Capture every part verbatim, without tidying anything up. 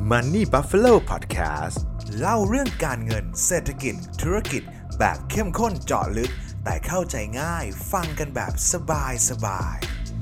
Money Buffalo Podcast เล่าเรื่องการเงินเศรษฐกิจธุรกิจแบบเข้มข้นเจาะลึกแต่เข้าใจง่ายฟังกันแบบสบายสบาย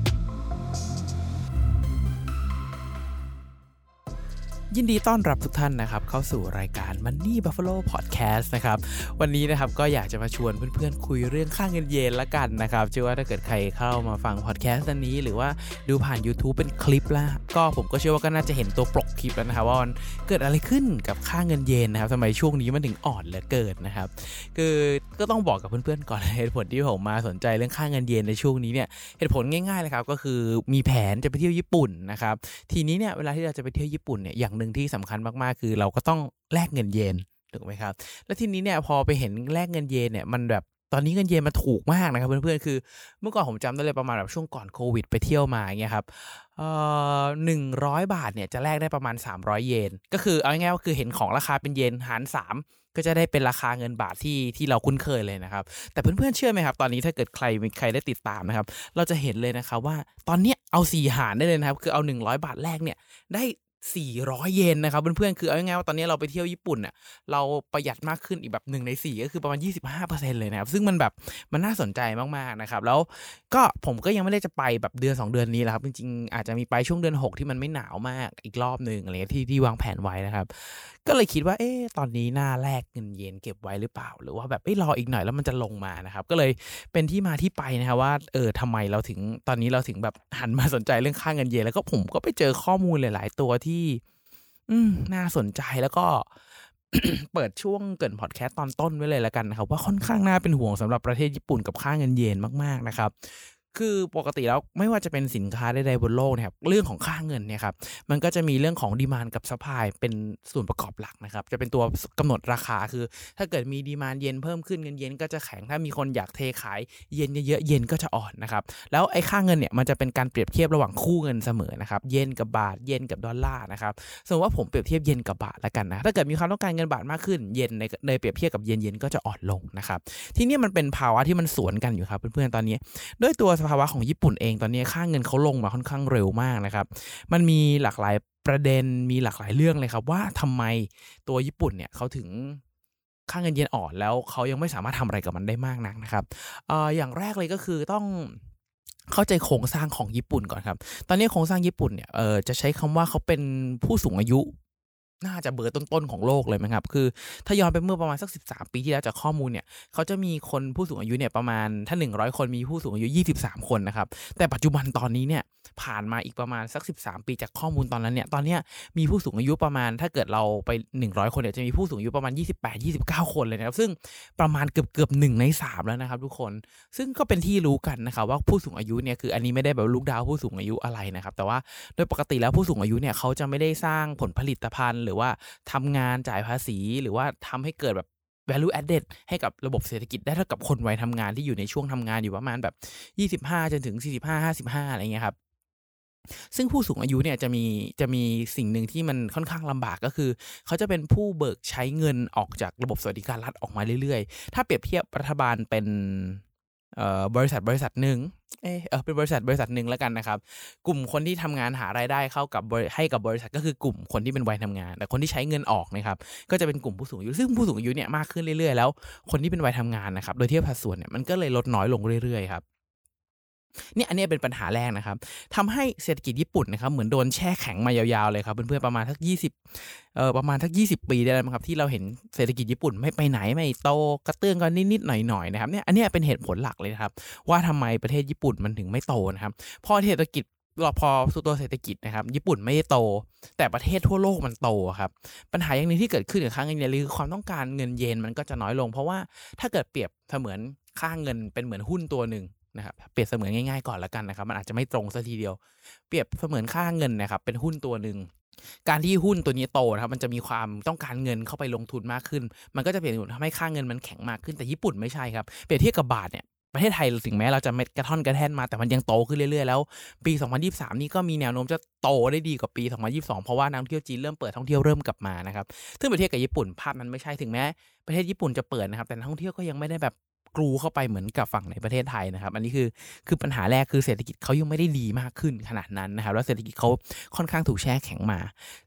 ยินดีต้อนรับทุกท่านนะครับเข้าสู่รายการ Money Buffalo Podcast นะครับวันนี้นะครับก็อยากจะมาชวนเพื่อนๆคุยเรื่องค่าเงินเยนละกันนะครับเชื่อว่าถ้าเกิดใครเข้ามาฟัง podcast อันนี้หรือว่าดูผ่าน YouTube เป็นคลิปแล้วก็ผมก็เชื่อว่าก็น่าจะเห็นตัวปกคลิปแล้วนะครับว่าเกิดอะไรขึ้นกับค่าเงินเยนนะครับทำไมช่วงนี้มันถึงอ่อนเหลือเกินนะครับคือก็ต้องบอกกับเพื่อนๆก่อนเหตุผลที่ผมมาสนใจเรื่องค่าเงินเยนในช่วงนี้เนี่ยเหตุผลง่ายๆเลยครับก็คือมีแผนจะไปเที่ยวญี่ปุ่นนะครับทีนี้เนี่ยเวลาที่เราจะไปเที่ยวญี่ปุ่นเนี่ยอย่างนึงที่สำคัญมากๆคือเราก็ต้องแลกเงินเยนถูกไหมครับแล้วทีนี้เนี่ยพอไปเห็นแลกเงินเยนเนี่ยมันแบบตอนนี้เงินเยนมันถูกมากนะครับเพื่อนๆคือเมื่อก่อนผมจำได้เลยประมาณแบบช่วงก่อนโควิดไปเที่ยวมาอย่างเงี้ยครับเอ่อหนึ่งร้อยบาทเนี่ยจะแลกได้ประมาณสามร้อยเยนก็คือเอาง่ายๆก็คือเห็นของราคาเป็นเยนหารสามก็จะได้เป็นราคาเงินบาทที่ที่เราคุ้นเคยเลยนะครับแต่เพื่อนๆเชื่อไหมครับตอนนี้ถ้าเกิดใครมีใครได้ติดตามนะครับเราจะเห็นเลยนะครับว่าตอนเนี้ยเอาสี่หารได้เลยนะครับคือเอาหนึ่งร้อยบาทแรกเนี่ยได้สี่ร้อยเยนนะครับเพื่อนๆคือเอาง่ายๆว่าตอนนี้เราไปเที่ยวญี่ปุ่นน่ะเราประหยัดมากขึ้นอีกแบบหนึ่งในสี่ก็คือประมาณ ยี่สิบห้าเปอร์เซ็นต์ เลยนะครับซึ่งมันแบบมันน่าสนใจมากๆนะครับแล้วก็ผมก็ยังไม่ได้จะไปแบบเดือนสองเดือนนี้แหละครับจริงๆอาจจะมีไปช่วงเดือนหกที่มันไม่หนาวมากอีกรอบนึงอะไรที่ที่วางแผนไว้นะครับก็เลยคิดว่าเอ๊ะตอนนี้น่าแลกเงินเยนเก็บไว้หรือเปล่าหรือว่าแบบเอ๊ะรออีกหน่อยแล้วมันจะลงมานะครับก็เลยเป็นที่มาที่ไปนะครับว่าเออทำไมเราถึงตอนนี้เราถึงแบบหันมาสนใจเรื่องค่าเงินเยนแล้วก็ผมก็ไปเจอข้อมูลหลายๆตัวที่อืมน่าสนใจแล้วก็ เปิดช่วงเกริ่นพอดแคสต์ตอนต้นไว้เลยแล้วกันนะครับว่าค่อนข้างน่าเป็นห่วงสำหรับประเทศญี่ปุ่นกับค่าเงินเยนมากๆนะครับคือปกติแล้วไม่ว่าจะเป็นสินค้าใดๆบนโลกนะครับเรื่องของค่าเงินเนี่ยครับมันก็จะมีเรื่องของดีมานด์กับซัพพลายเป็นส่วนประกอบหลักนะครับจะเป็นตัวกำหนดราคาคือถ้าเกิดมีดีมานด์เยนเพิ่มขึ้นเงินเยนก็จะแข็งถ้ามีคนอยากเทขายเยนเยอะๆเยนก็จะอ่อนนะครับแล้วไอ้ค่าเงินเนี่ยมันจะเป็นการเปรียบเทียบระหว่างคู่เงินเสมอนะครับเยนกับบาทเยนกับดอลลาร์นะครับสมมติว่าผมเปรียบเทียบเยนกับบาทแล้วกันนะถ้าเกิดมีความต้องการเงินบาทมากขึ้นเยนในในเปรียบเทียบกับเยนเยนก็จะอ่อนลงนะครับทีนี้มันเป็นภาวะที่มันสวนกันอยู่ครับเพื่อนๆตอนนี้ด้วยตัวสภาวะของญี่ปุ่นเองตอนนี้ค่าเงินเขาลงมาค่อนข้างเร็วมากนะครับมันมีหลากหลายประเด็นมีหลากหลายเรื่องเลยครับว่าทำไมตัวญี่ปุ่นเนี่ยเขาถึงค่าเงินเยนอ่อนแล้วเขายังไม่สามารถทำอะไรกับมันได้มากนักนะครับเอ่ออย่างแรกเลยก็คือต้องเข้าใจโครงสร้างของญี่ปุ่นก่อนครับตอนนี้โครงสร้างญี่ปุ่นเนี่ยเอ่อจะใช้คำว่าเขาเป็นผู้สูงอายุน่าจะเบอร์ต้นๆของโลกเลยมั้งครับคือถ้าย้อนไปเมื่อประมาณสักสิบสามปีที่แล้วจากข้อมูลเนี่ยเขาจะมีคนผู้สูงอายุเนี่ยประมาณถ้าหนึ่งร้อยคนมีผู้สูงอายุยี่สิบสามคนนะครับแต่ปัจจุบันตอนนี้เนี่ยผ่านมาอีกประมาณสักสิบสามปีจากข้อมูลตอนนั้นเนี่ยตอนเนี้ยมีผู้สูงอายุประมาณถ้าเกิดเราไปหนึ่งร้อยคนเนี่ยจะมีผู้สูงอายุประมาณยี่สิบแปด ยี่สิบเก้าคนเลยนะครับซึ่งประมาณเกือบๆหนึ่งในสามแล้วนะครับทุกคนซึ่งก็เป็นที่รู้กันนะครับว่าผู้สูงอายุเนี่ยคืออันนี้ไม่ได้แบบลูกดาวผู้สูงอายุอะไรนะครับแต่ว่าโดยปกติแล้วผู้สูงอายุเนี่ยเขาจะไม่ได้สร้างผลผลิตภัณฑ์หรือว่าทำงานจ่ายภาษีหรือว่าทำให้เกิดแบบ value added ให้กับระบบเศรษฐกิจได้เท่ากับคนวัยทำงานที่อยู่ในช่วงทำงานอยู่ประมาณแบบยี่สิบห้าจนถึงสี่สิบห้า ห้าสิบห้าอะไรเงี้ยครับซึ่งผู้สูงอายุเนี่ยจะมีจะมีสิ่งหนึ่งที่มันค่อนข้างลำบากก็คือเขาจะเป็นผู้เบิกใช้เงินออกจากระบบสวัสดิการรัฐออกมาเรื่อยๆถ้าเปรียบเทียบรัฐบาลเป็นเอ่อบริษัทบริษัทหนึ่งเออเออเป็นบริษัทบริษัทหนึ่งแล้วกันนะครับกลุ่มคนที่ทำงานหารายได้เข้ากับให้กับบริษัทก็คือกลุ่มคนที่เป็นวัยทำงานแต่คนที่ใช้เงินออกนะครับก็จะเป็นกลุ่มผู้สูงอายุซึ่งผู้สูงอายุเนี่ยมากขึ้นเรื่อยๆแล้วคนที่เป็นวัยทำงานนะครับโดยเทียบสัดส่วนเนี่ยมันก็เลยลดน้อยลงเรื่อยๆครับเนี่ยอันนี้เป็นปัญหาแรกนะครับทำให้เศรษฐกิจญี่ปุ่นนะครับเหมือนโดนแช่แข็งมายาวๆเลยครับเพื่อนๆประมาณสักยี่สิบเอ่อประมาณสักยี่สิบปีได้แล้วมั้งครับที่เราเห็นเศรษฐกิจญี่ปุ่นไม่ไปไหนไม่โตกระเตื้องกันนิดๆหน่อยๆนะครับเนี่ยอันนี้เป็นเหตุผลหลักเลยนะครับว่าทำไมประเทศญี่ปุ่นมันถึงไม่โตนะครับพอเศรษฐกิจพอตัวเศรษฐกิจนะครับญี่ปุ่นไม่ได้โตแต่ประเทศทั่วโลกมันโตครับปัญหาอย่างนึงที่เกิดขึ้นกับค่าเงินเยนคือความต้องการเงินเยนมันก็จะน้อยลงเพราะว่าถ้าเกิดเปรียบเสมือนค่าเงินเป็นเหมือนหุ้นตัวนึงนะครับเปรียบเสมือนง่ายๆก่อนละกันนะครับมันอาจจะไม่ตรงซะทีเดียวเปรียบเสมือนค่าเงินนะครับเป็นหุ้นตัวนึงการที่หุ้นตัวนี้โตนะครับมันจะมีความต้องการเงินเข้าไปลงทุนมากขึ้นมันก็จะเปลี่ยนทำให้ค่าเงินมันแข็งมากขึ้นแต่ญี่ปุ่นไม่ใช่ครับเปรียบเทียบกับบาทเนี่ยประเทศไทยถึงแม้เราจะเม็ดกระท่อนกระแท่นมาแต่มันยังโตขึ้นเรื่อยๆแล้วปีสองพันยี่สิบสามนี่ก็มีแนวโน้มจะโตได้ดีกว่าปีสองพันยี่สิบสองเพราะว่านักท่องเที่ยวจีนเริ่มเปิดท่องเที่ยวเริ่มกลับมานะครับซึ่งประเทศกับญี่ปุ่นภาพนั้นไม่ใช่ถึงแม้ประเทศญี่ปุ่นจะเปิดนะครับแต่นักท่องเที่ยวก็ยังไม่ได้แบบกรูเข้าไปเหมือนกับฝั่งในประเทศไทยนะครับอันนี้คือคือปัญหาแรกคือเศรษฐกิจเขายังไม่ได้ดีมากขึ้นขนาดนั้นนะครับแล้วเศรษฐกิจเขาค่อนข้างถูกแช่แข็งมา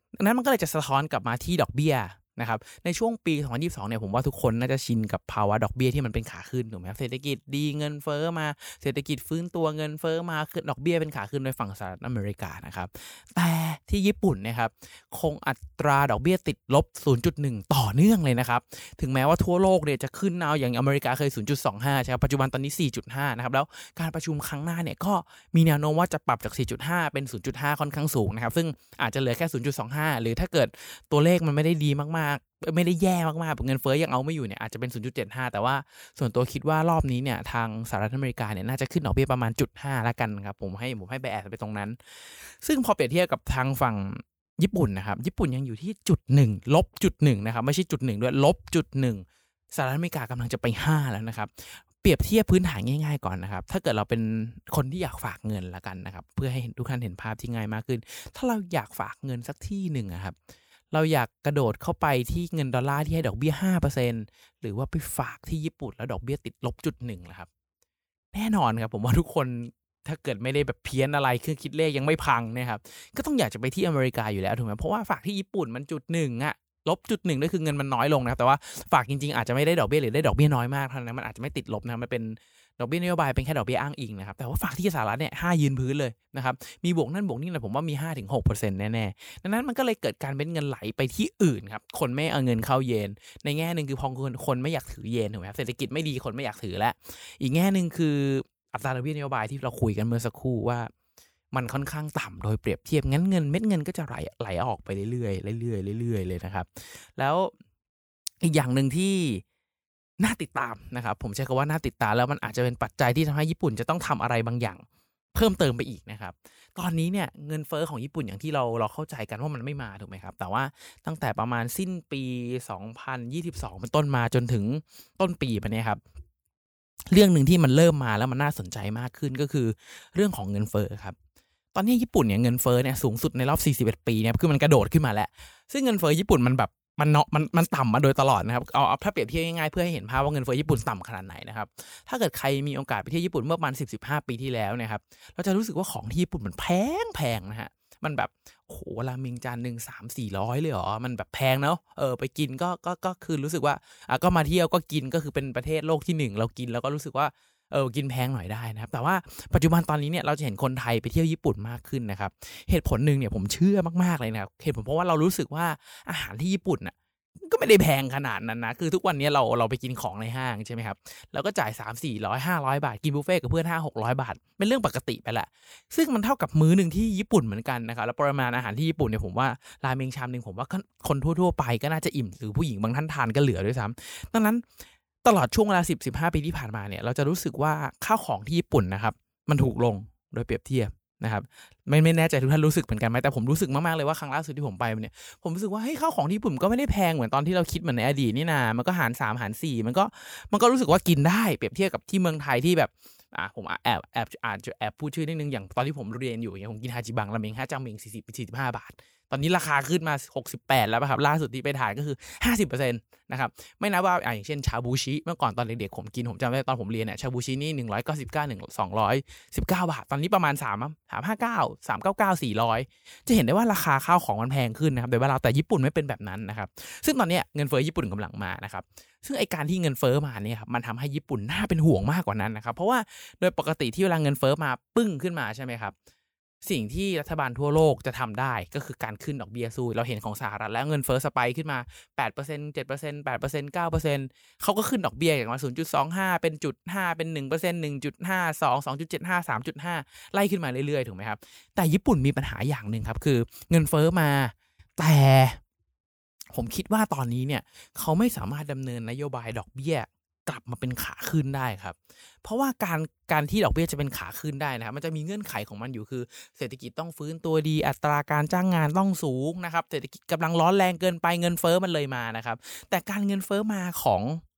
ดังนั้นมันก็เลยจะสะท้อนกลับมาที่ดอกเบี้ยนะครับในช่วงปีสองพันยี่สิบสองเนี่ยผมว่าทุกคนน่าจะชินกับภาวะดอกเบี้ยที่มันเป็นขาขึ้นถูกไหมครับเศรษฐกิจดีเงินเฟ้อมาเศรษฐกิจฟื้นตัวเงินเฟ้อมาขึ้นดอกเบี้ยเป็นขาขึ้นในฝั่งสหรัฐอเมริกานะครับแต่ที่ญี่ปุ่นนะครับคงอัตราดอกเบี้ยติดลบ ศูนย์จุดหนึ่ง ต่อเนื่องเลยนะครับถึงแม้ว่าทั่วโลกเนี่ยจะขึ้นเอาอย่างอเมริกาเคย ศูนย์จุดสองห้า ใช่ครับปัจจุบันตอนนี้ สี่จุดห้า นะครับแล้วการประชุมครั้งหน้าเนี่ยก็มีแนวโน้มว่าจะปรับจาก สี่จุดห้า เป็น ศูนย์จุดห้า ค่อนข้างสูงนะครับซึ่งอาจจะเหลือแค่ ศูนย์จุดสองห้า หรือถ้าเกิดตัวเลขมันไม่ได้ดีมากๆไม่ได้แย่มากๆเงินเฟ้อยังเอาไม่อยู่เนี่ยอาจจะเป็น ศูนย์จุดเจ็ดห้า แต่ว่าส่วนตัวคิดว่ารอบนี้เนี่ยทางสหรัฐอเมริกาเนี่ยน่าจะขึ้นดอกเบี้ยประมาณ จุดห้า ละกันครับผมให้ผมให้ไบแอสไปตรงนั้นซึ่งพอเปรียบเทียบกับทางฝั่งญี่ปุ่นนะครับญี่ปุ่นยังอยู่ที่จุดหนึ่งลบจุดหนึ่งนะครับไม่ใช่จุดหนึ่งด้วยลบจุดหนึ่งสหรัฐอเมริกากำลังจะไปห้าแล้วนะครับเปรียบเทียบพื้นฐานง่ายๆก่อนนะครับถ้าเกิดเราเป็นคนที่อยากฝากเงินละกันนะครับเพื่อให้ทุกท่านเห็นภาพที่ง่ายมากขึ้นถ้าเราอยากฝากเงินสักที่หนึ่งครับเราอยากกระโดดเข้าไปที่เงินดอลลาร์ที่ให้ดอกเบี้ย ห้าเปอร์เซ็นต์ หรือว่าไปฝากที่ญี่ปุ่นแล้วดอกเบี้ยติดลบจุดหนึ่งล่ะครับแน่นอนครับผมว่าทุกคนถ้าเกิดไม่ได้แบบเพี้ยนอะไรเครื่องคิดเลขยังไม่พังนะครับก็ต้องอยากจะไปที่อเมริกาอยู่แล้วถูกไหมเพราะว่าฝากที่ญี่ปุ่นมันจุดหนึ่งอะลบจุดหนึ่งก็คือเงินมันน้อยลงนะครับแต่ว่าฝากจริงๆอาจจะไม่ได้ดอกเบี้ยหรือได้ดอกเบี้ยน้อยมากเท่านั้นมันอาจจะไม่ติดลบนะมันเป็นดอกเบี้ยนโยบายเป็นแค่ดอกเบี้ยอ้างอิงนะครับแต่ว่าฝากที่สหรัฐเนี่ยห้ายืนพื้นเลยนะครับมีบวกนั่นบวกนี่นะผมว่ามี ห้าถึงหกเปอร์เซ็นต์ แน่ๆดังนั้นมันก็เลยเกิดการเป็นเงินไหลไปที่อื่นครับคนไม่เอาเงินเข้าเยนในแง่นึงคือพอคนคนไม่อยากถือเยนถูกไหมครับเศรษฐกิจไม่ดีคนไม่อยากถือแล้วอีกแง่นึงคืออัตราดอกเบี้ยนโยบายที่เราคุยกันเมื่อสักครู่ว่ามันค่อนข้างต่ำโดยเปรียบเทียบงั้นเงินเม็ดเงินก็จะไหลไหลออกไปเรื่อยๆเรื่อยๆเรื่อยๆเลยนะครับแล้วอีกอย่างนึงที่น่าติดตามนะครับผมใช้คำว่าน่าติดตามแล้วมันอาจจะเป็นปัจจัยที่ทำให้ญี่ปุ่นจะต้องทำอะไรบางอย่างเพิ่มเติมไปอีกนะครับตอนนี้เนี่ยเงินเฟ้อของญี่ปุ่นอย่างที่เราเราเข้าใจกันว่ามันไม่มาถูกไหมครับแต่ว่าตั้งแต่ประมาณสิ้นปีสองพันยี่สิบสองเป็นต้นมาจนถึงต้นปีมาเนี่ยครับเรื่องนึงที่มันเริ่มมาแล้วมันน่าสนใจมากขึ้นก็คือเรื่องของเงินเฟ้อครับตอนนี้ญี่ปุ่นเนี่ยเงินเฟ้อเนี่ยสูงสุดในรอบสี่สิบเอ็ดปีเนี่ยคือมันกระโดดขึ้นมาแล้วซึ่งเงินเฟ้อญี่ปุ่นมันแบบมันเนาะมันมันต่ำมาโดยตลอดนะครับเอาถ้าเปรียบเทียบง่ายๆเพื่อให้เห็นภาพว่าเงินเฟ้อญี่ปุ่นต่ำขนาดไหนนะครับถ้าเกิดใครมีโอกาสไปเที่ยวญี่ปุ่นเมื่อประมาณ สิบถึงสิบห้า ปีที่แล้วเนี่ยครับเราจะรู้สึกว่าของที่ญี่ปุ่นมันแพงแพงนะฮะมันแบบโอ้โหราเมงจานนึง สามถึงสี่ร้อย เลยเหรอมันแบบแพงเนาะเออไปกินก็ก็ก็คือรู้สึกว่าอ่ะก็มาเที่ยวก็กินก็คือเป็นประเทศโลกที่หนึ่งเรากินแล้วก็รู้สึกว่าเออกินแพงหน่อยได้นะครับแต่ว่าปัจจุบันตอนนี้เนี่ยเราจะเห็นคนไทยไปเที่ยวญี่ปุ่นมากขึ้นนะครับเหตุผลนึงเนี่ยผมเชื่อมากๆเลยนะครับเหตุผลเพราะว่าเรารู้สึกว่าอาหารที่ญี่ปุ่นน่ะก็ไม่ได้แพงขนาดนั้นนะคือทุกวันนี้เราเราไปกินของในห้างใช่ไหมครับเราก็จ่าย สามถึงสี่ร้อย ห้าร้อย บาทกินบุฟเฟ่ต์กับเพื่อน ห้าถึงหกร้อย บาทเป็นเรื่องปกติไปละซึ่งมันเท่ากับมื้อนึงที่ญี่ปุ่นเหมือนกันนะครับแล้วปริมาณอาหารที่ญี่ปุ่นเนี่ยผมว่าราเมงชามนึงผมว่าคนทั่วๆไปก็น่าจะอิ่มหรือผู้หญิงบางท่านทานก็เหลือด้วยซ้ำดังนั้นตลอดช่วงเวลา สิบถึงสิบห้า ปีที่ผ่านมาเนี่ยเราจะรู้สึกว่าข้าวของที่ญี่ปุ่นนะครับมันถูกลงโดยเปรียบเทียบนะครับไม่ไม่แน่ใจทุกท่านรู้สึกเหมือนกันไหมแต่ผมรู้สึกมากๆเลยว่าครั้งล่าสุดที่ผมไปเนี่ยผมรู้สึกว่าเฮ้ยข้าวของที่ญี่ปุ่นก็ไม่ได้แพงเหมือนตอนที่เราคิดเหมือนในอดีตนี่นามันก็หารสามหารสี่มันก็มันก็รู้สึกว่ากินได้เปรียบเทียบกับที่เมืองไทยที่แบบอ่ะผมแอบแอบอ่านแอบพูดชื่อนิดนึงอย่างตอนที่ผมเรียนอยู่อย่างผมกินฮาจิบังราเมงห้าจานเมงสี่สิบ สี่สิบห้าบาทตอนนี้ราคาขึ้นมาหกสิบแปดแล้วครับล่าสุดที่ไปถ่ายก็คือ ห้าสิบเปอร์เซ็นต์ นะครับไม่นับว่าอย่างเช่นชาบูชิเมื่อก่อนตอนเด็กๆผมกินผมจำได้ตอนผมเรียนเนี่ยชาบูชินี่หนึ่งร้อยเก้าสิบเก้า หนึ่ง สองร้อยสิบเก้าบาทตอนนี้ประมาณ3 สามร้อยห้าสิบเก้า สามร้อยเก้าสิบเก้า สี่ร้อยจะเห็นได้ว่าราคาข้าวของมันแพงขึ้นนะครับโดยเวลาแต่ญี่ปุ่นไม่เป็นแบบนั้นนะครับซึ่งตอนนี้เงินเฟ้อญี่ปุ่นกำลังมานะครับซึ่งไอการที่เงินเฟ้อมาเนี่ยครับมันทำให้ญี่ปุ่นน่าเป็นห่วงมากกว่านั้นนะครับเพราะว่าโดยปกติที่เวลาเงินเฟ้อมาปึ้งขึ้นมาใช่ไหมครับสิ่งที่รัฐบาลทั่วโลกจะทำได้ก็คือการขึ้นดอกเบี้ยสู้เราเห็นของสหรัฐแล้วเงินเฟ้อสไปค์ขึ้นมา แปดเปอร์เซ็นต์ เจ็ดเปอร์เซ็นต์ แปดเปอร์เซ็นต์ เก้าเปอร์เซ็นต์ เขาก็ขึ้นดอกเบี้ยอย่างมา ศูนย์จุดสองห้า เป็น จุดห้า เป็น หนึ่งเปอร์เซ็นต์ หนึ่งจุดห้า สอง สองจุดเจ็ดห้า สามจุดห้า ไล่ขึ้นมาเรื่อยๆถูกไหมครับแต่ญี่ปุ่นมีปัญหาอย่างนึงครับคือเงินเฟ้อมาแต่ผมคิดว่าตอนนี้เนี่ยเขาไม่สามารถดำเนินนโยบายดอกเบี้ยกลับมาเป็นขาขึ้นได้ครับเพราะว่าการการที่ดอกเบี้ยจะเป็นขาขึ้นได้นะครับมันจะมีเงื่อนไขของมันอยู่คือเศรษฐกิจต้องฟื้นตัวดีอัตราการจ้างงานต้องสูงนะครับเศรษฐกิจกำลังร้อนแรงเกินไปเงินเฟ้อมันเลยมานะครับแต่การเงินเฟ้อมาของ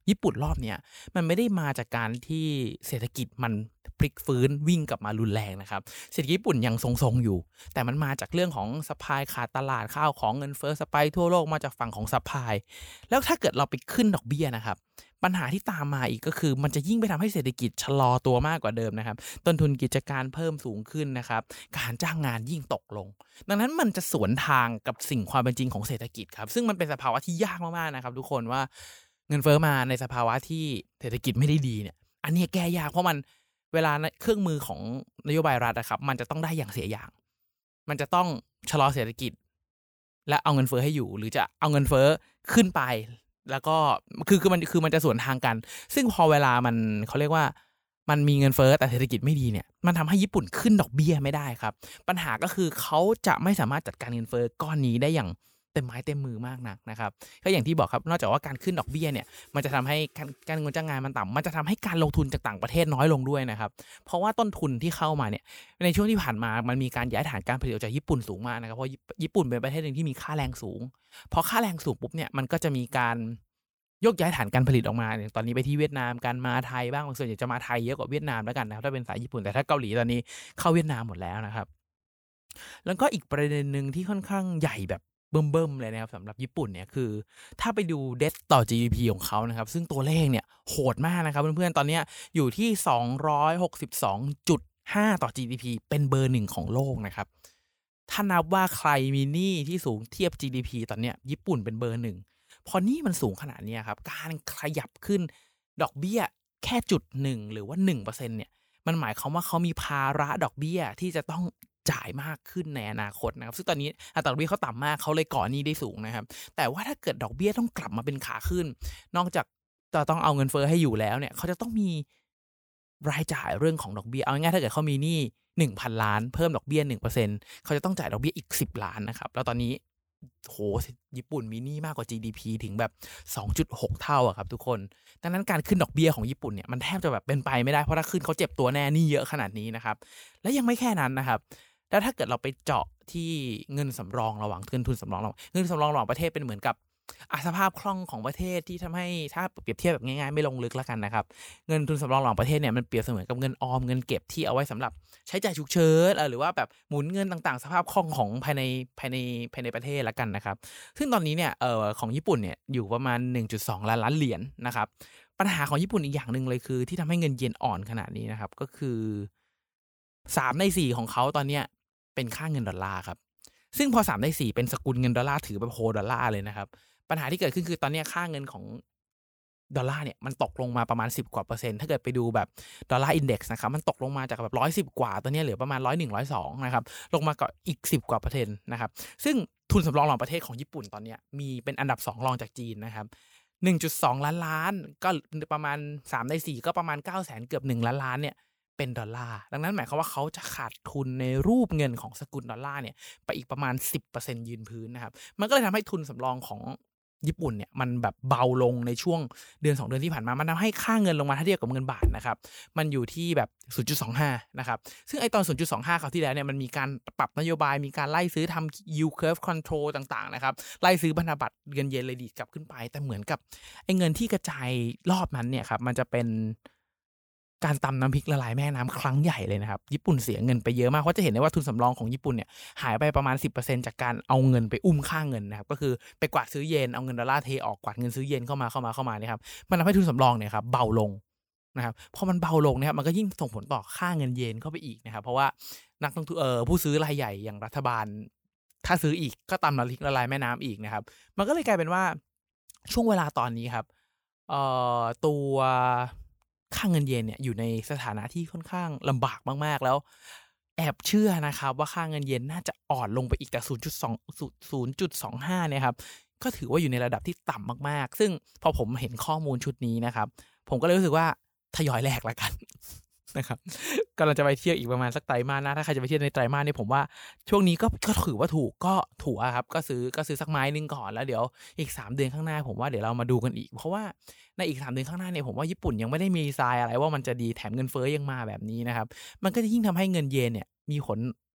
ญี่ปุ่นรอบเนี้ยมันไม่ได้มาจากการที่เศรษฐกิจมันพลิกฟื้นวิ่งกลับมารุนแรงนะครับเศรษฐกิจญี่ปุ่นยังทรงๆอยู่แต่มันมาจากเรื่องของซัพพลายขาดตลาดข้าวของเงินเฟ้อสไปค์ทั่วโลกมาจากฝั่งของซัพพลายแล้วถ้าเกิดเราไปขึ้นดอกเบี้ยนะครับปัญหาที่ตามมาอีกก็คือมันจะยิ่งไปทำให้เศรษฐกิจชะลอตัวมากกว่าเดิมนะครับต้นทุนกิจการเพิ่มสูงขึ้นนะครับการจ้างงานยิ่งตกลงดังนั้นมันจะสวนทางกับสิ่งความเป็นจริงของเศรษฐกิจครับซึ่งมันเป็นสภาวะที่ยากมากๆนะครับทุกคนว่าเงินเฟ้อมาในสภาวะที่เศรษฐกิจไม่ได้ดีเนี่ยอันนี้แก้ยากเพราะมันเวลาเครื่องมือของนโยบายรัฐนะครับมันจะต้องได้อย่างเสียอย่างมันจะต้องชะลอเศรษฐกิจและเอาเงินเฟ้อให้อยู่หรือจะเอาเงินเฟ้อขึ้นไปแล้วก็คือคือมันคือมันจะสวนทางกันซึ่งพอเวลามันเขาเรียกว่ามันมีเงินเฟ้อแต่เศรษฐกิจไม่ดีเนี่ยมันทำให้ญี่ปุ่นขึ้นดอกเบี้ยไม่ได้ครับปัญหาก็คือเขาจะไม่สามารถจัดการเงินเฟ้อก้อนนี้ได้อย่างเต็มไม้เต็มมือมากนักนะครับก็อย่างที่บอกครับนอกจากว่าการขึ้นดอกเบี้ยเนี่ยมันจะทำให้การการเงินจ้างงานมันต่ำมันจะทำให้การลงทุนจากต่างประเทศน้อยลงด้วยนะครับเพราะว่าต้นทุนที่เข้ามาเนี่ยในช่วงที่ผ่านมามันมีการย้ายฐานการผลิตออกจากญี่ปุ่นสูงมากนะครับเพราะญี่ปุ่นเป็นประเทศนึงที่มีค่าแรงสูงพอค่าแรงสูงปุ๊บเนี่ยมันก็จะมีการยกย้ายฐานการผลิตออกมาอย่างตอนนี้ไปที่เวียดนามการมาไทยบ้างบางส่วนใหญ่จะมาไทยเยอะกว่าเวียดนามแล้วกันนะครับถ้าเป็นสายญี่ปุ่นแต่ถ้าเกาหลีตอนนี้เข้าเวียดนามหมดแล้วนะครับแล้วก็อีกประเด็นนึงที่ค่อนข้างใหญ่แบบเบิ่มๆเลยนะครับสำหรับญี่ปุ่นเนี่ยคือถ้าไปดู debt ต่อ จี ดี พี ของเขานะครับซึ่งตัวเลขเนี่ยโหดมากนะครับเพื่อนๆตอนนี้อยู่ที่ สองร้อยหกสิบสองจุดห้า ต่อ จี ดี พี เป็นเบอร์หนึ่งของโลกนะครับถ้านับว่าใครมีหนี้ที่สูงเทียบ จี ดี พี ตอนนี้ญี่ปุ่นเป็นเบอร์หนึ่งพอหนี้มันสูงขนาดนี้ครับการขยับขึ้นดอกเบี้ยแค่จุดหนึ่งหรือว่า หนึ่งเปอร์เซ็นต์ เนี่ยมันหมายความว่าเขามีภาระดอกเบี้ยที่จะต้องจ่ายมากขึ้นในอนาคตนะครับซึ่งตอนนี้อัตราดอกเบี้ยเขาต่ำมากเขาเลยก่อหนี้ได้สูงนะครับแต่ว่าถ้าเกิดดอกเบี้ยต้องกลับมาเป็นขาขึ้นนอกจากจะต้องเอาเงินเฟ้อให้อยู่แล้วเนี่ยเขาจะต้องมีรายจ่ายเรื่องของดอกเบี้ยเอาง่ายๆถ้าเกิดเขามีหนี้ หนึ่งพัน ล้านเพิ่มดอกเบี้ย หนึ่งเปอร์เซ็นต์ เขาจะต้องจ่ายดอกเบี้ยอีกสิบล้านนะครับแล้วตอนนี้โหญี่ปุ่นมีหนี้มากกว่า จี ดี พี ถึงแบบ สองจุดหก เท่าอะครับทุกคนดังนั้นการขึ้นดอกเบี้ยของญี่ปุ่นเนี่ยมันแทบจะแบบเป็นไปไม่ได้เพราะถ้าขึ้นเขาเจ็บตัวแน่หนี้เยอะขนาดนี้นะครับและยังไม่แค่นั้นนะครับแล้วถ้าเกิดเราไปเจาะที่เงินสำรองระหว่างเงินทุนสำรองระหว่างเงินสำรองระหว่างประเทศเป็นเหมือนกับสภาพคล่องของประเทศที่ทำให้ถ้าเปรียบเทียบแบบง่ายๆไม่ลงลึกแล้วกันนะครับเงินทุนสำรองระหว่างประเทศเนี่ยมันเปรียบเสมือนกับเงินออมเงินเก็บที่เอาไว้สำหรับใช้จ่ายฉุกเฉินหรือว่าแบบหมุนเงินต่างๆสภาพคล่องของภายในภายในภายในประเทศแล้วกันนะครับซึ่งตอนนี้เนี่ยเอ่อของญี่ปุ่นเนี่ยอยู่ประมาณ หนึ่งจุดสอง ล้านล้านเหรียญนะครับปัญหาของญี่ปุ่นอีกอย่างนึงเลยคือที่ทำให้เงินเยนอ่อนขนาดนี้นะครับก็คือสามในสี่ของเขาตอนเนี้ยเป็นค่าเงินดอลลาร์ครับซึ่งพอสามในสี่เป็นสกุลเงินดอลลาร์ถือแบบโฮดอลลาร์เลยนะครับปัญหาที่เกิดขึ้นคือตอนนี้ค่าเงินของดอลลาร์เนี่ยมันตกลงมาประมาณสิบกว่าเปอร์เซ็นต์ถ้าเกิดไปดูแบบดอลลาร์อินเด็กซ์นะครับมันตกลงมาจากแบบหนึ่งร้อยสิบกว่าตอนนี้เหลือประมาณหนึ่งร้อยเอ็ด หนึ่งร้อยสองนะครับลงมาก็อีกสิบกว่าเปอร์เซ็นต์นะครับซึ่งทุนสำรองระหว่างประเทศของญี่ปุ่นตอนนี้มีเป็นอันดับสองรองจากจีนนะครับ หนึ่งจุดสอง ล้านล้านก็ประมาณสามในสี่ก็ประมาณ เก้าแสน เกือบหนึ่งล้านล้านเนี่ยเป็นดอลลาร์ดังนั้นหมายความว่าเขาจะขาดทุนในรูปเงินของสกุลดอลลาร์เนี่ยไปอีกประมาณ สิบเปอร์เซ็นต์ ยืนพื้นนะครับมันก็เลยทำให้ทุนสำรองของญี่ปุ่นเนี่ยมันแบบเบาลงในช่วงเดือนสองเดือนที่ผ่านมามันทำให้ค่าเงินลงมาถ้าเทียบกับเงินบาทนะครับมันอยู่ที่แบบ ศูนย์จุดสองห้า นะครับซึ่งไอตอน ศูนย์จุดสองห้า คราวที่แล้วเนี่ยมันมีการปรับนโยบายมีการไล่ซื้อทำ yield curve control ต่างๆนะครับไล่ซื้อพันธบัตรเงินเยนเลยดีดกลับขึ้นไปแต่เหมือนกับไอเงินที่กระจายรอบนั้นเนี่ยครับมันจะเป็นการตำน้ำพริกละลายแม่น้ำครั้งใหญ่เลยนะครับญี่ปุ่นเสียเงินไปเยอะมากเพราะจะเห็นได้ว่าทุนสำรองของญี่ปุ่นเนี่ยหายไปประมาณ สิบเปอร์เซ็นต์ จากการเอาเงินไปอุ้มค่าเงินนะครับก็คือไปกวาดซื้อเยนเอาเงินดอลลาร์เทออกกวาดเงินซื้อเยนเข้ามาเข้ามาเข้ามาเนี่ยครับมันทำให้ทุนสำรองเนี่ยครับเบาลงนะครับพอมันเบาลงนะครับมันก็ยิ่งส่งผลต่อค่าเงินเยนเข้าไปอีกนะครับเพราะว่านักลงทุนเอ่อผู้ซื้อรายใหญ่อย่างรัฐบาลถ้าซื้ออีกก็ตำน้ำพริกละลายแม่น้ำอีกนะครับมันก็เลยกลายเป็นว่าช่วงเวลาตอนนี้ครับเอ่อตัวค่าเงินเยนเนี่ยอยู่ในสถานะที่ค่อนข้างลำบากมากๆแล้วแอบเชื่อนะครับว่าค่าเงินเยนน่าจะอ่อนลงไปอีกแต่ ศูนย์จุดสอง ศูนย์จุดสองห้า เนี่ยครับก็ถือว่าอยู่ในระดับที่ต่ำมากๆซึ่งพอผมเห็นข้อมูลชุดนี้นะครับผมก็เลยรู้สึกว่าทยอยแลกละกัน นะครับกำลังจะไปเที่ยวอีกประมาณสักไตรมาสนะถ้าใครจะไปเที่ยวในไตรมาสนี่ผมว่าช่วงนี้ก็ก็ถือว่าถูกก็ถูกครับก็ซื้อก็ซื้อสักไม้นึงก่อนแล้วเดี๋ยวอีกสามเดือนข้างหน้าผมว่าเดี๋ยวเรามาดูกันอีกเพราะว่าในอีกสามเดือนข้างหน้าเนี่ยผมว่าญี่ปุ่นยังไม่ได้มีทรายอะไรว่ามันจะดีแถมเงินเฟ้อยังมาแบบนี้นะครับมันก็จะยิ่งทำให้เงินเยนเนี่ยมีผล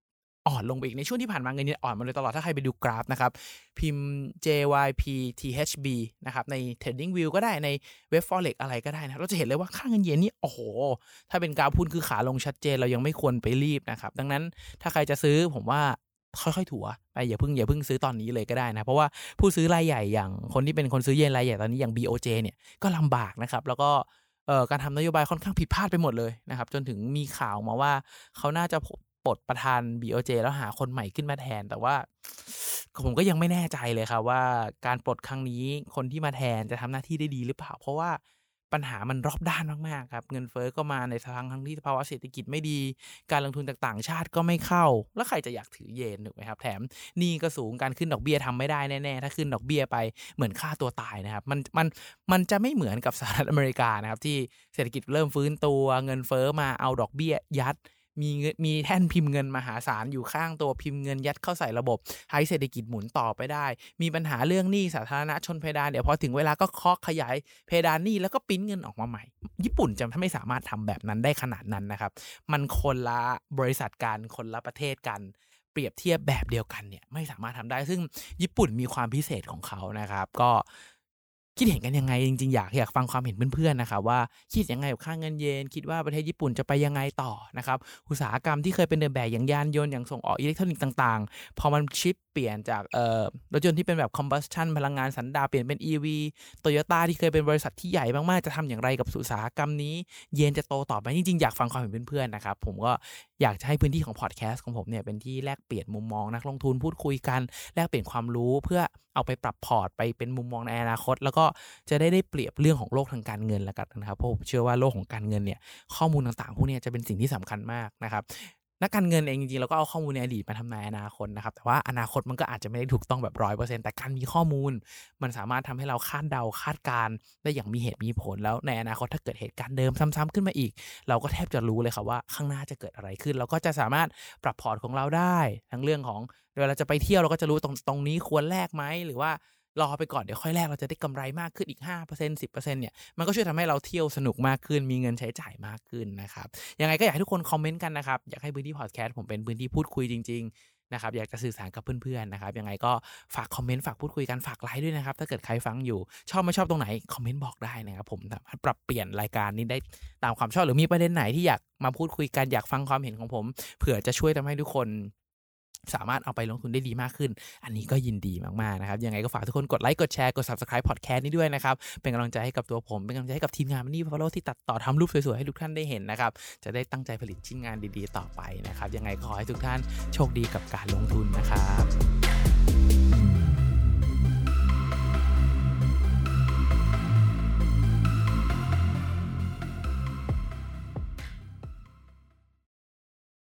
อ่อนลงไปอีกในช่วงที่ผ่านมาเงินเยนอ่อนมาโดยตลอดถ้าใครไปดูกราฟนะครับพิมพ์ เจ วาย พี ที เอช บี นะครับใน TradingView ก็ได้ในเว็บ Forex อะไรก็ได้นะเราจะเห็นเลยว่าค่าเงินเยนนี่โอ้โหถ้าเป็นกราฟหุ้นคือขาลงชัดเจนเรายังไม่ควรไปรีบนะครับดังนั้นถ้าใครจะซื้อผมว่าค่อยๆถัวไปอย่าเพิ่งอย่าเพิ่งซื้อตอนนี้เลยก็ได้นะเพราะว่าผู้ซื้อรายใหญ่อย่างคนที่เป็นคนซื้อเยนรายใหญ่ตอนนี้อย่าง บี โอ เจ เนี่ยก็ลำบากนะครับแล้วก็เอ่อการทำนโยบายค่อนข้างผิดพลาดไปหมดเลยนะครับจนถึงมีข่าวมาว่าเขาน่าจะปลดประธาน บี โอ เจ แล้วหาคนใหม่ขึ้นมาแทนแต่ว่าผมก็ยังไม่แน่ใจเลยครับว่าการปลดครั้งนี้คนที่มาแทนจะทำหน้าที่ได้ดีหรือเปล่าเพราะว่าปัญหามันรอบด้านมากๆครับเงินเฟ้อก็มาในทางทั้งที่ภาวะเศรษฐกิจไม่ดีการลงทุนจากต่างชาติก็ไม่เข้าแล้วใครจะอยากถือเยนถูกไหมครับแถมหนี้ก็สูงการขึ้นดอกเบี้ยทำไม่ได้แน่ๆถ้าขึ้นดอกเบี้ยไปเหมือนฆ่าตัวตายนะครับมันมันมันจะไม่เหมือนกับสหรัฐอเมริกานะครับที่เศรษฐกิจเริ่มฟื้นตัวเงินเฟ้อมาเอาดอกเบี้ยยัดมีมีแท่นพิมพ์เงินมหาศาลอยู่ข้างตัวพิมพ์เงินยัดเข้าใส่ระบบให้เศรษฐกิจหมุนต่อไปได้มีปัญหาเรื่องหนี้สาธารณะชนเพดานเดี๋ยวพอถึงเวลาก็เคาะขยายเพดานหนี้แล้วก็ปิ้นเงินออกมาใหม่ญี่ปุ่นจะไม่สามารถทำแบบนั้นได้ขนาดนั้นนะครับมันคนละบริษัทกันคนละประเทศกันเปรียบเทียบแบบเดียวกันเนี่ยไม่สามารถทำได้ซึ่งญี่ปุ่นมีความพิเศษของเขานะครับก็คิดเห็นกันยังไงจริงๆอยากอยากฟังความเห็นเพื่อนๆนะครับว่าคิดยังไงกับค่าเงินเยนคิดว่าประเทศญี่ปุ่นจะไปยังไงต่อนะครับอุตสาหกรรมที่เคยเป็นเดิมแบบอย่างยานยนต์อย่างส่งออกอิเล็กทรอนิกส์ต่างๆพอมันชิปเปลี่ยนจากเอ่อรถยนต์ที่เป็นแบบ combustion พลังงานสันดาปเปลี่ยนเป็น อี วี Toyota ที่เคยเป็นบริษัทที่ใหญ่มากๆจะทำอย่างไรกับอุตสาหกรรมนี้เยนจะโตต่อไปจริงๆอยากฟังความเห็นเพื่อนๆนะครับผมก็อยากจะให้พื้นที่ของพอดแคสต์ของผมเนี่ยเป็นที่แลกเปลี่ยนมุมมองนักลงทุนพูดคุยกันแลกเปลี่ยนความรู้เพื่อเอาไปปรับพอร์ตไปเป็นมุมมองในอนาคตแล้วก็จะได้ได้เปรียบเรื่องของโลกทางการเงินแล้วกันนะครับเพราะผมเชื่อว่าโลกของการเงินเนี่ยข้อมูลต่างๆพวกนี้จะเป็นสิ่งที่สำคัญมากนะครับนักการเงินเองจริงๆเราก็เอาข้อมูลในอดีตมาทำนายอนาคตนะครับแต่ว่าอนาคตมันก็อาจจะไม่ได้ถูกต้องแบบ ร้อยเปอร์เซ็นต์ แต่การมีข้อมูลมันสามารถทำให้เราคาดเดาคาดการณ์ได้อย่างมีเหตุมีผลแล้วในอนาคตถ้าเกิดเหตุการณ์เดิมซ้ำๆขึ้นมาอีกเราก็แทบจะรู้เลยครับว่าข้างหน้าจะเกิดอะไรขึ้นเราก็จะสามารถปรับพอร์ตของเราได้ทั้งเรื่องของเวลาจะไปเที่ยวเราก็จะรู้ตรงตรงนี้ควรแลกไหมหรือว่ารอไปก่อนเดี๋ยวค่อยแลกเราจะได้กำไรมากขึ้นอีก ห้าเปอร์เซ็นต์ สิบเปอร์เซ็นต์ เนี่ยมันก็ช่วยทำให้เราเที่ยวสนุกมากขึ้นมีเงินใช้จ่ายมากขึ้นนะครับยังไงก็อยากให้ทุกคนคอมเมนต์กันนะครับอยากให้พื้นที่พอดแคสต์ผมเป็นพื้นที่พูดคุยจริงๆนะครับอยากจะสื่อสารกับเพื่อนๆนะครับยังไงก็ฝากคอมเมนต์ฝากพูดคุยกันฝากไลค์ด้วยนะครับถ้าเกิดใครฟังอยู่ชอบไม่ชอบตรงไหนคอมเมนต์บอกได้นะครับผมสามารถปรับเปลี่ยนรายการนี้ได้ตามความชอบหรือมีประเด็นไหนที่อยากมาพูดคุยกันอยากฟังความเห็นของผมเผื่อจะช่วยทำให้ทุกคนสามารถเอาไปลงทุนได้ดีมากขึ้นอันนี้ก็ยินดีมากๆนะครับยังไงก็ฝากทุกคนกดไลค์กดแชร์กด Subscribe Podcast นี้ด้วยนะครับเป็นกำลังใจให้กับตัวผมเป็นกำลังใจให้กับทีมงาน Money Buffalo ที่ตัดต่อทำรูปสวยๆให้ทุกท่านได้เห็นนะครับจะได้ตั้งใจผลิตชิ้นงานดีๆต่อไปนะครับยังไงก็ขอให้ทุกท่านโชคดีกับการลงทุนนะครับ